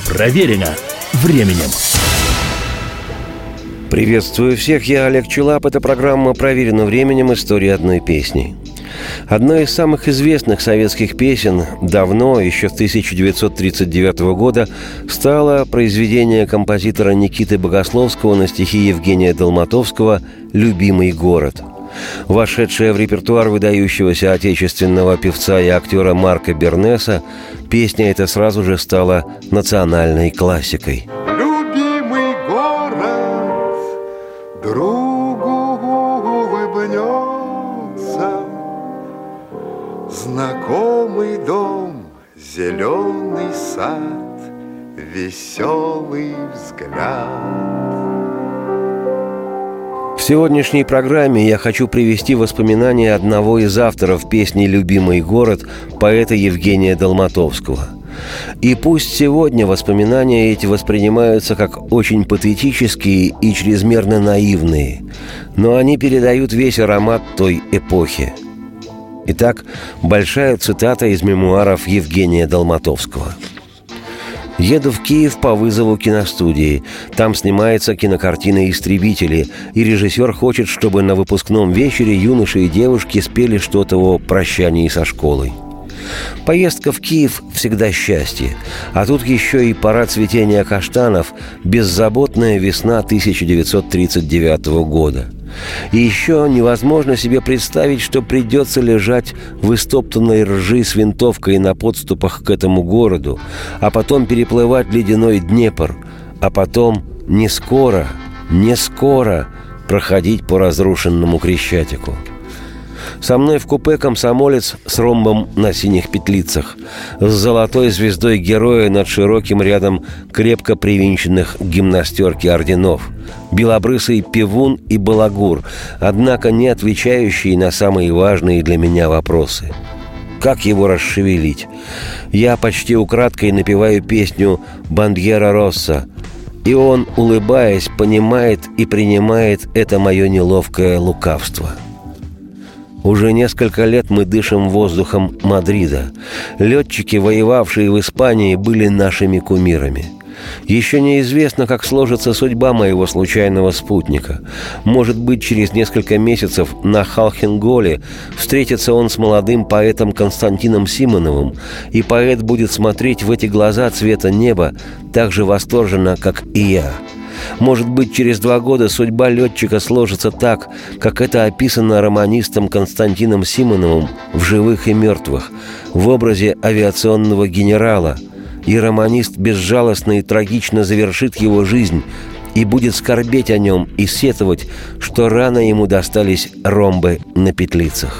Проверено временем. Приветствую всех, я Олег Челап. Это программа «Проверено временем. История одной песни». Одной из самых известных советских песен давно, еще с 1939 года, стало произведение композитора Никиты Богословского на стихи Евгения Долматовского «Любимый город». Вошедшая в репертуар выдающегося отечественного певца и актера Марка Бернеса, песня эта сразу же стала национальной классикой. Любимый город другу улыбнется, знакомый дом, зеленый сад, веселый взгляд. В сегодняшней программе я хочу привести воспоминания одного из авторов песни «Любимый город», поэта Евгения Долматовского. И пусть сегодня воспоминания эти воспринимаются как очень патетические и чрезмерно наивные, но они передают весь аромат той эпохи. Итак, большая цитата из мемуаров Евгения Долматовского. «Еду в Киев по вызову киностудии. Там снимается кинокартина «Истребители», и режиссер хочет, чтобы на выпускном вечере юноши и девушки спели что-то о прощании со школой. Поездка в Киев всегда счастье, а тут еще и пора цветения каштанов, беззаботная весна 1939 года. И еще невозможно себе представить, что придется лежать в истоптанной ржи с винтовкой на подступах к этому городу, а потом переплывать ледяной Днепр, а потом не скоро проходить по разрушенному Крещатику. Со мной в купе комсомолец с ромбом на синих петлицах, с золотой звездой героя над широким рядом крепко привинченных гимнастерки орденов, белобрысый певун и балагур, однако не отвечающий на самые важные для меня вопросы. Как его расшевелить? Я почти украдкой напеваю песню «Бандьера Росса», и он, улыбаясь, понимает и принимает это мое неловкое лукавство. Уже несколько лет мы дышим воздухом Мадрида. Летчики, воевавшие в Испании, были нашими кумирами. Еще неизвестно, как сложится судьба моего случайного спутника. Может быть, через несколько месяцев на Халхинголе встретится он с молодым поэтом Константином Симоновым, и поэт будет смотреть в эти глаза цвета неба так же восторженно, как и я. Может быть, через 2 года судьба летчика сложится так, как это описано романистом Константином Симоновым в «Живых и мертвых», в образе авиационного генерала, и романист безжалостно и трагично завершит его жизнь и будет скорбеть о нем и сетовать, что рано ему достались ромбы на петлицах.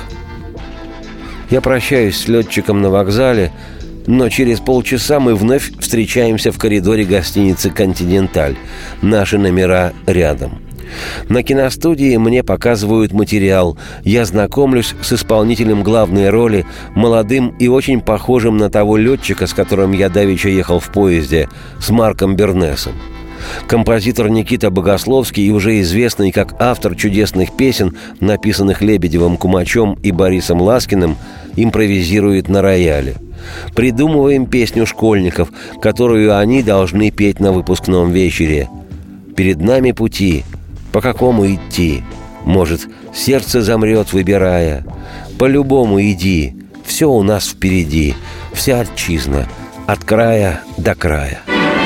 Я прощаюсь с летчиком на вокзале, но через полчаса мы вновь встречаемся в коридоре гостиницы «Континенталь». Наши номера рядом. На киностудии мне показывают материал. Я знакомлюсь с исполнителем главной роли, молодым и очень похожим на того летчика, с которым я давеча ехал в поезде, с Марком Бернесом. Композитор Никита Богословский, уже известный как автор чудесных песен, написанных Лебедевым, Кумачом и Борисом Ласкиным, импровизирует на рояле. Придумываем песню школьников, которую они должны петь на выпускном вечере. «Перед нами пути, по какому идти? Может, сердце замрет, выбирая. По-любому иди, все у нас впереди, вся отчизна, от края до края».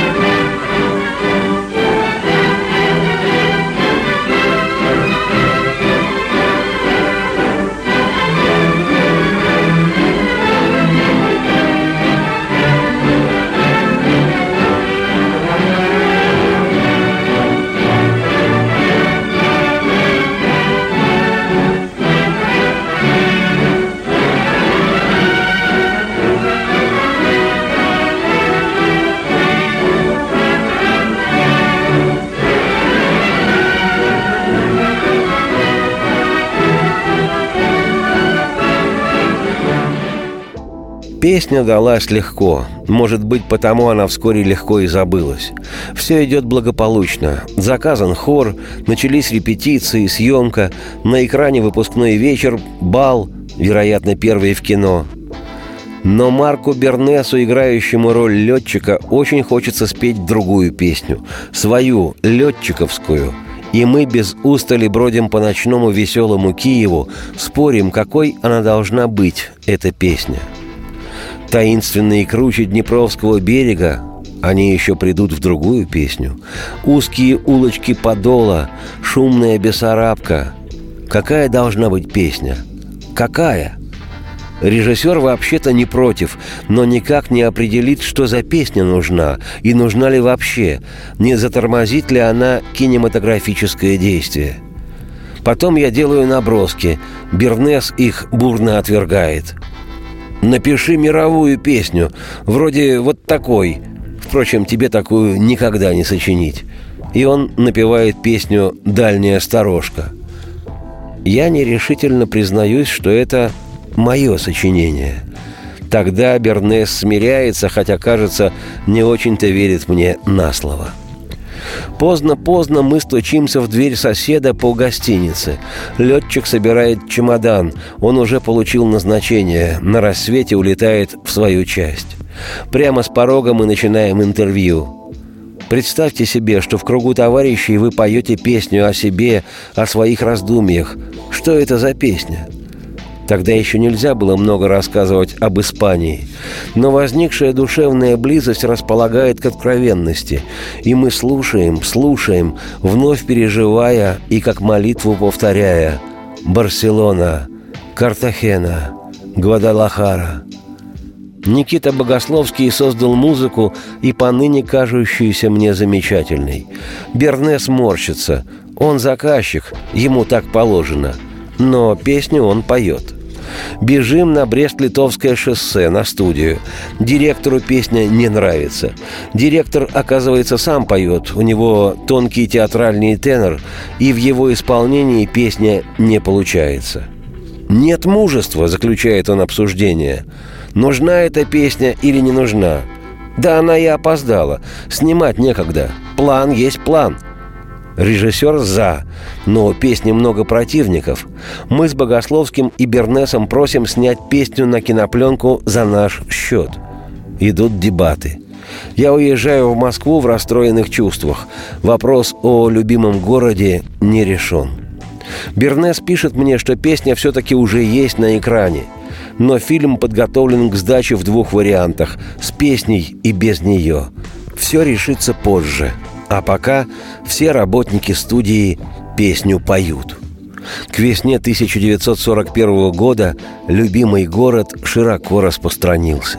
Песня далась легко. Может быть, потому она вскоре легко и забылась. Все идет благополучно. Заказан хор, начались репетиции, съемка, на экране выпускной вечер, бал, вероятно, первый в кино. Но Марку Бернесу, играющему роль летчика, очень хочется спеть другую песню, свою, летчиковскую. И мы без устали бродим по ночному веселому Киеву, спорим, какой она должна быть, эта песня. Таинственные кручи Днепровского берега, они еще придут в другую песню. Узкие улочки Подола, шумная Бессарабка. Какая должна быть песня? Какая? Режиссер вообще-то не против, но никак не определит, что за песня нужна, и нужна ли вообще, не затормозит ли она кинематографическое действие. Потом я делаю наброски, Бернес их бурно отвергает. «Напиши мировую песню, вроде вот такой. Впрочем, тебе такую никогда не сочинить». И он напевает песню «Дальняя сторожка». Я нерешительно признаюсь, что это мое сочинение. Тогда Бернес смиряется, хотя, кажется, не очень-то верит мне на слово. Поздно-поздно мы стучимся в дверь соседа по гостинице. Летчик собирает чемодан. Он уже получил назначение. На рассвете улетает в свою часть. Прямо с порога мы начинаем интервью. Представьте себе, что в кругу товарищей вы поете песню о себе, о своих раздумьях. Что это за песня? Тогда еще нельзя было много рассказывать об Испании. Но возникшая душевная близость располагает к откровенности. И мы слушаем, вновь переживая и как молитву повторяя: «Барселона, Картахена, Гвадалахара». Никита Богословский создал музыку, и поныне кажущуюся мне замечательной. Бернес морщится. Он заказчик, ему так положено. Но песню он поет. Бежим на Брест-Литовское шоссе, на студию. Директору песня не нравится. Директор, оказывается, сам поет. У него тонкий театральный тенор, и в его исполнении песня не получается. «Нет мужества», — заключает он обсуждение. «Нужна эта песня или не нужна? Да она и опоздала. Снимать некогда. План есть план». Режиссер «за», но у песни много противников. Мы с Богословским и Бернесом просим снять песню на кинопленку за наш счет. Идут дебаты. Я уезжаю в Москву в расстроенных чувствах. Вопрос о любимом городе не решен. Бернес пишет мне, что песня все-таки уже есть на экране. Но фильм подготовлен к сдаче в двух вариантах – с песней и без нее. Все решится позже. А пока все работники студии песню поют. К весне 1941 года любимый город широко распространился.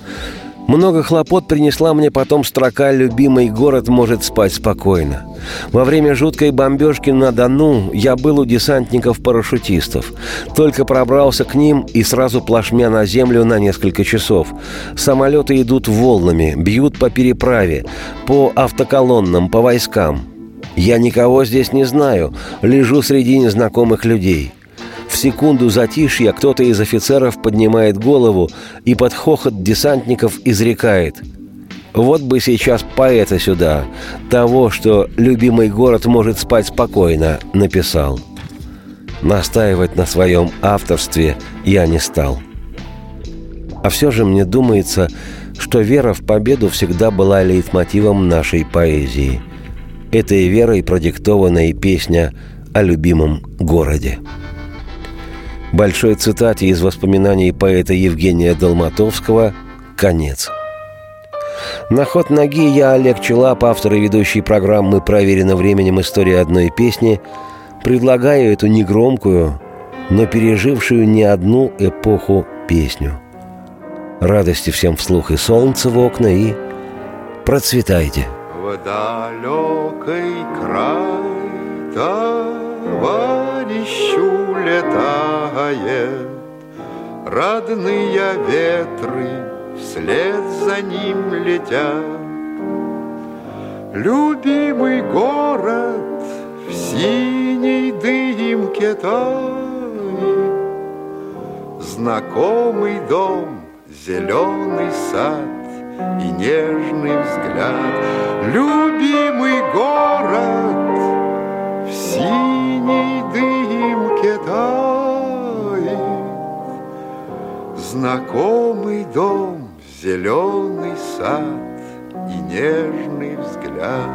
Много хлопот принесла мне потом строка «Любимый город может спать спокойно». Во время жуткой бомбежки на Дону я был у десантников-парашютистов. Только пробрался к ним и сразу плашмя на землю на несколько часов. Самолеты идут волнами, бьют по переправе, по автоколоннам, по войскам. Я никого здесь не знаю, лежу среди незнакомых людей. В секунду затишья кто-то из офицеров поднимает голову и под хохот десантников изрекает: «Вот бы сейчас поэта сюда, того, что любимый город может спать спокойно, написал». Настаивать на своем авторстве я не стал. А все же мне думается, что вера в победу всегда была лейтмотивом нашей поэзии. Этой верой продиктована и песня о любимом городе. Большой цитате из воспоминаний поэта Евгения Долматовского конец. На ход ноги я, Олег Челап, автор и ведущий программы «Проверено временем. История одной песни», предлагаю эту негромкую, но пережившую не одну эпоху песню. Радости всем вслух и солнца в окна, и процветайте. В далекий край товарищу летает, родные ветры вслед за ним летят. Любимый город в синей дымке тает, знакомый дом, зеленый сад и нежный взгляд. Любимый город в синей дымке тает, знакомый дом, зеленый сад и нежный взгляд.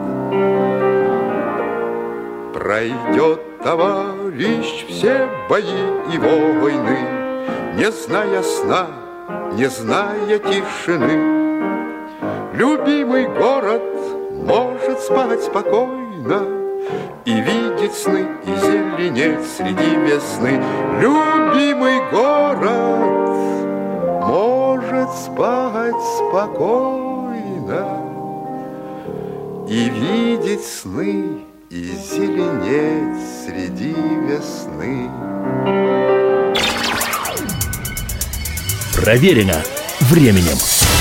Пройдет товарищ все бои и войны, не зная сна, не зная тишины. Любимый город может спать спокойно и видеть сны, и зеленеть среди весны. Любимый город может спать спокойно и видеть сны, и зеленеть среди весны. Проверено временем.